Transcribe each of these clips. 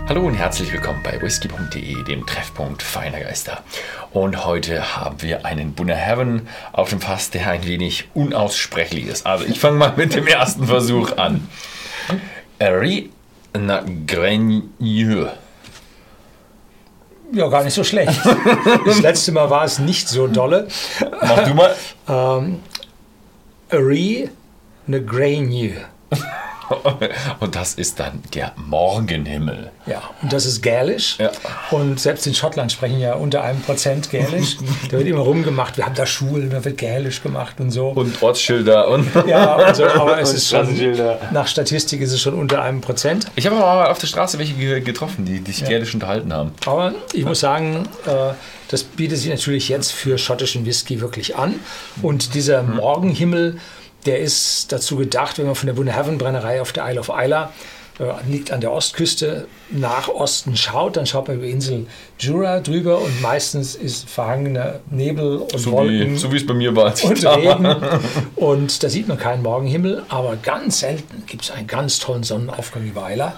Hallo und herzlich willkommen bei whisky.de, dem Treffpunkt feiner Geister. Und heute haben wir einen Bunnahabhain auf dem Fass, der ein wenig unaussprechlich ist. Also ich fange mal mit dem ersten Versuch an. Henri Grenier. Ja, gar nicht so schlecht. Das letzte Mal war es nicht so dolle. Mach du mal. Henri Grenier. Und das ist dann der Morgenhimmel. Ja, und das ist Gälisch. Ja. Und selbst in Schottland sprechen ja unter 1% Gälisch. Da wird immer rumgemacht, wir haben da Schulen, da wird Gälisch gemacht und so. Und Ortsschilder. Und ja, und so, aber es ist schon, Straßenschilder. nach Statistik ist es schon unter 1%. Ich habe aber mal auf der Straße welche getroffen, die sich Gälisch unterhalten haben. Aber ich muss sagen, das bietet sich natürlich jetzt für schottischen Whisky wirklich an. Und dieser Morgenhimmel, der ist dazu gedacht, wenn man von der Bunnahabhain-Brennerei auf der Isle of Islay, liegt an der Ostküste, nach Osten schaut, dann schaut man über die Insel Jura drüber und meistens ist verhangener Nebel und Wolken. So wie es bei mir war. Und Regen. Und da sieht man keinen Morgenhimmel, aber ganz selten gibt es einen ganz tollen Sonnenaufgang über Islay,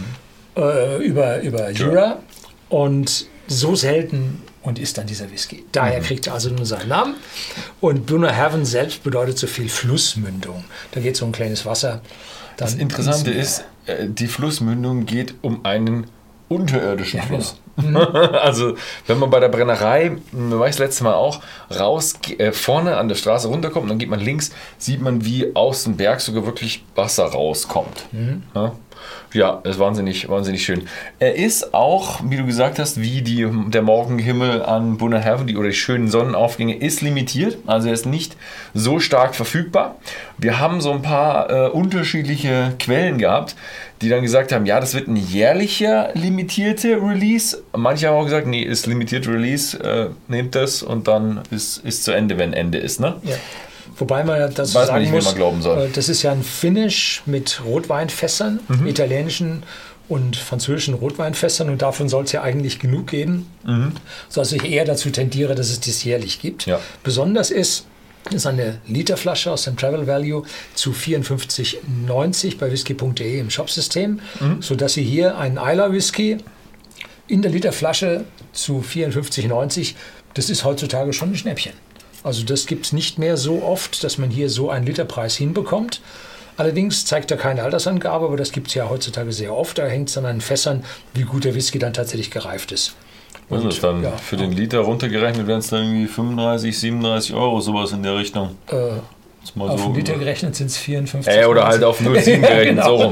über Jura. Und so selten und ist dann dieser Whisky. Daher kriegt er also nur seinen Namen. Und Bunnahabhain selbst bedeutet so viel Flussmündung. Da geht so ein kleines Wasser. Das Interessante ist, die Flussmündung geht um einen unterirdischen Fluss. Genau. Also wenn man bei der Brennerei, war ich das letzte Mal auch, vorne an der Straße runterkommt und dann geht man links, sieht man, wie aus dem Berg sogar wirklich Wasser rauskommt. Ja, das ist wahnsinnig schön. Er ist auch, wie du gesagt hast, wie der Morgenhimmel an Bunnahabhain oder die schönen Sonnenaufgänge ist limitiert. Also er ist nicht so stark verfügbar. Wir haben so ein paar unterschiedliche Quellen gehabt, die dann gesagt haben, ja, das wird ein jährlicher limitierte Release. Manche haben auch gesagt, nee, ist limitierte Release, nehmt das und dann ist zu Ende, wenn Ende ist, ne? Ja. Wobei man ja dazu sagen muss, das ist ja ein Finish mit Rotweinfässern, italienischen und französischen Rotweinfässern und davon soll es ja eigentlich genug geben, sodass ich eher dazu tendiere, dass es das jährlich gibt. Ja. Besonders ist eine Literflasche aus dem Travel Value zu 54,90 bei whisky.de im Shopsystem, sodass Sie hier einen Islay Whisky in der Literflasche zu 54,90, das ist heutzutage schon ein Schnäppchen. Also das gibt es nicht mehr so oft, dass man hier so einen Literpreis hinbekommt. Allerdings zeigt er keine Altersangabe, aber das gibt es ja heutzutage sehr oft. Da hängt es dann an den wie gut der Whisky dann tatsächlich gereift ist. Was ist das dann? Für den Liter runtergerechnet wären es dann irgendwie 35, 37 Euro, sowas in der Richtung. Auf den Liter gerechnet sind es 54. Oder halt auf 0,7 gerechnet, genau. So rum.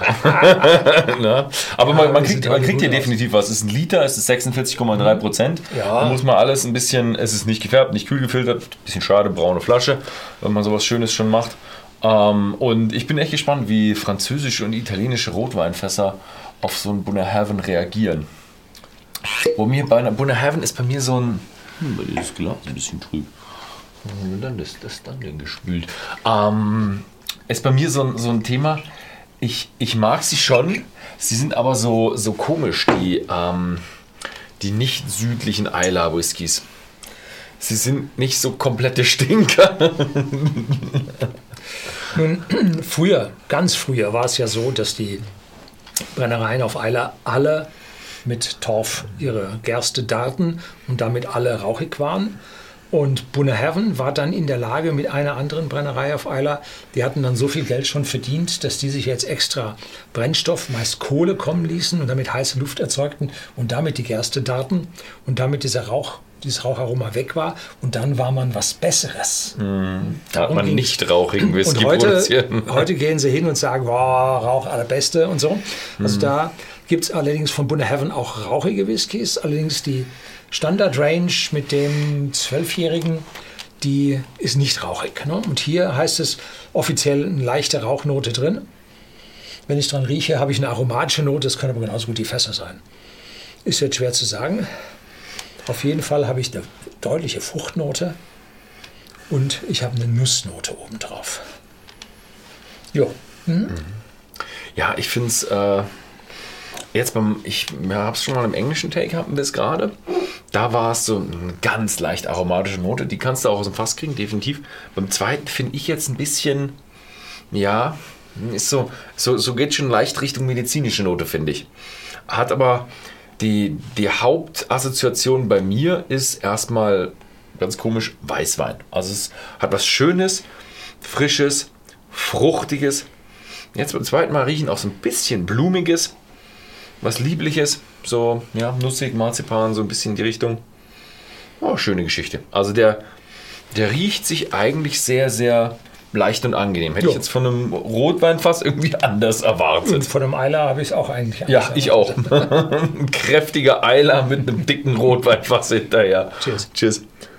Aber man kriegt hier definitiv was. Es ist ein Liter, es ist 46,3%. Ja. Da muss man alles ein bisschen, es ist nicht gefärbt, nicht kühl gefiltert, bisschen schade, braune Flasche, wenn man sowas Schönes schon macht. Und ich bin echt gespannt, wie französische und italienische Rotweinfässer auf so einen Bunnahabhain reagieren. Bei Bunnahabhain ist bei mir so ein, das Glas ist ein bisschen trüb. Und dann ist das dann denn gespült. Ist bei mir so ein Thema, ich mag sie schon, sie sind aber so komisch, die nicht südlichen Islay Whiskys. Sie sind nicht so komplette Stinker. Nun, ganz früher war es ja so, dass die Brennereien auf Islay alle mit Torf ihre Gerste darten und damit alle rauchig waren. Und Bunnahabhain war dann in der Lage mit einer anderen Brennerei auf Islay, die hatten dann so viel Geld schon verdient, dass die sich jetzt extra Brennstoff, meist Kohle, kommen ließen und damit heiße Luft erzeugten und damit die Gerste darten und damit dieses Raucharoma weg war und dann war man was Besseres. Da hat man nicht rauchigen Whisky produziert. Heute gehen sie hin und sagen, wow, Rauch allerbeste und so. Also da gibt es allerdings von Bunnahabhain auch rauchige Whiskys, allerdings die Standard-Range mit dem 12-Jährigen, die ist nicht rauchig. Ne? Und hier heißt es offiziell eine leichte Rauchnote drin. Wenn ich dran rieche, habe ich eine aromatische Note, das können aber genauso gut die Fässer sein. Ist jetzt schwer zu sagen. Auf jeden Fall habe ich eine deutliche Fruchtnote und ich habe eine Nussnote obendrauf. Jo. Ja, ich finde es jetzt ich habe es schon mal im englischen Take, hatten wir es gerade. Da war es so eine ganz leicht aromatische Note. Die kannst du auch aus dem Fass kriegen, definitiv. Beim zweiten finde ich jetzt ein bisschen, ja, ist so geht schon leicht Richtung medizinische Note, finde ich. hat aber die Hauptassoziation bei mir ist erstmal ganz komisch Weißwein. Also es hat was Schönes, Frisches, Fruchtiges. Jetzt beim zweiten Mal riechen auch so ein bisschen Blumiges, was Liebliches, so ja, nussig, Marzipan, so ein bisschen in die Richtung. Oh, schöne Geschichte. Also der riecht sich eigentlich sehr, sehr leicht und angenehm. Hätte ich jetzt von einem Rotweinfass irgendwie anders erwartet. Und von einem Eiler habe ich es auch eigentlich anders erwartet. Ich auch. Ein kräftiger Eiler mit einem dicken Rotweinfass hinterher. Cheers. Cheers.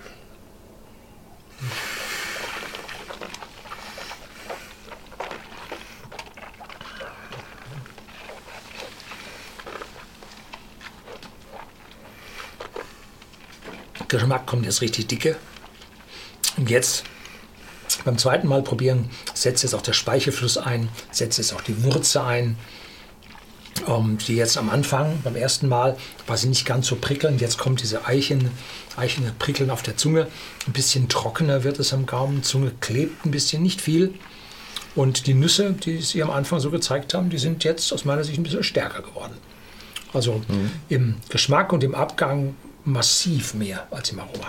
Der Geschmack kommt jetzt richtig dicke. Und jetzt beim zweiten Mal probieren, setzt jetzt auch der Speichelfluss ein, setzt jetzt auch die Würze ein, die jetzt am Anfang, beim ersten Mal, war sie nicht ganz so prickelnd. Jetzt kommt diese Eichen prickeln auf der Zunge. Ein bisschen trockener wird es am Gaumen. Die Zunge klebt ein bisschen, nicht viel. Und die Nüsse, die sie am Anfang so gezeigt haben, die sind jetzt aus meiner Sicht ein bisschen stärker geworden. Also im Geschmack und im Abgang massiv mehr als im Aroma.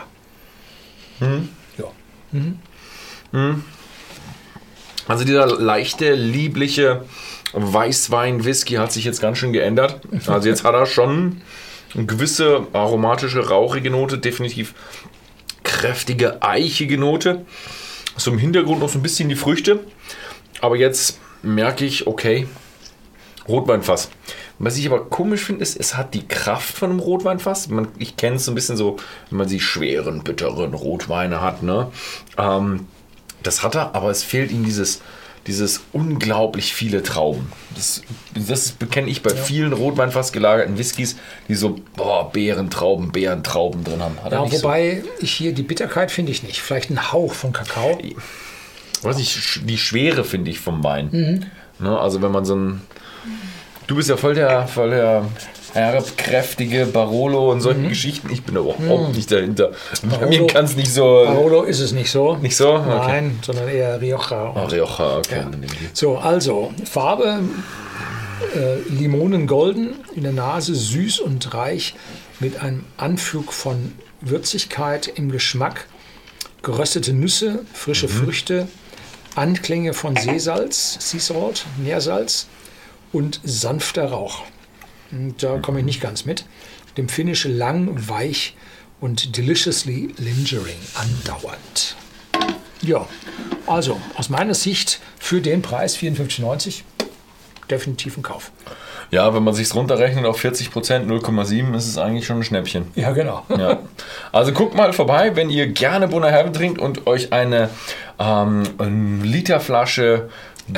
Ja. Also dieser leichte, liebliche Weißwein-Whisky hat sich jetzt ganz schön geändert. Also jetzt hat er schon eine gewisse aromatische, rauchige Note, definitiv kräftige, eichige Note. So im Hintergrund noch so ein bisschen die Früchte. Aber jetzt merke ich, okay, Rotweinfass. Was ich aber komisch finde, ist, es hat die Kraft von einem Rotweinfass. Ich kenne es so ein bisschen so, wenn man die schweren, bitteren Rotweine hat. Ne? Das hat er, aber es fehlt ihm dieses unglaublich viele Trauben. Das kenne ich bei vielen Rotweinfass gelagerten Whiskys, die so Beerentrauben drin haben. Ja, wobei ich hier die Bitterkeit finde ich nicht. Vielleicht ein Hauch von Kakao. Was die Schwere finde ich vom Wein. Ne? Also wenn man so ein... Du bist ja voll der kräftige Barolo und solche Geschichten. Ich bin überhaupt nicht dahinter. Bei mir kann es nicht so... Barolo ist es nicht so. Nicht so? Okay. Nein, sondern eher Rioja. Rioja, okay. Ja. So, also Farbe Limonengolden, in der Nase süß und reich mit einem Anflug von Würzigkeit im Geschmack, geröstete Nüsse, frische Früchte, Anklänge von Seesalz, Sea Salt, Meersalz und sanfter Rauch. Und da komme ich nicht ganz mit. Dem Finish lang, weich und deliciously lingering, andauernd. Ja, also aus meiner Sicht für den Preis 54,90 definitiv ein Kauf. Ja, wenn man sich runterrechnet auf 40%, 0,7, ist es eigentlich schon ein Schnäppchen. Ja, genau. Ja. Also guckt mal vorbei, wenn ihr gerne Bunnahabhain trinkt und euch eine Literflasche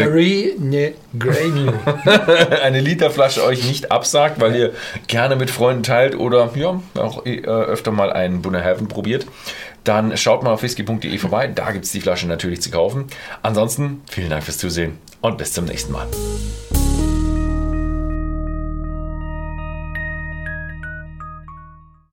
eine Literflasche euch nicht absagt, weil ihr gerne mit Freunden teilt oder ja, auch öfter mal einen Bunnahabhain probiert, dann schaut mal auf whisky.de vorbei. Da gibt es die Flasche natürlich zu kaufen. Ansonsten vielen Dank fürs Zusehen und bis zum nächsten Mal.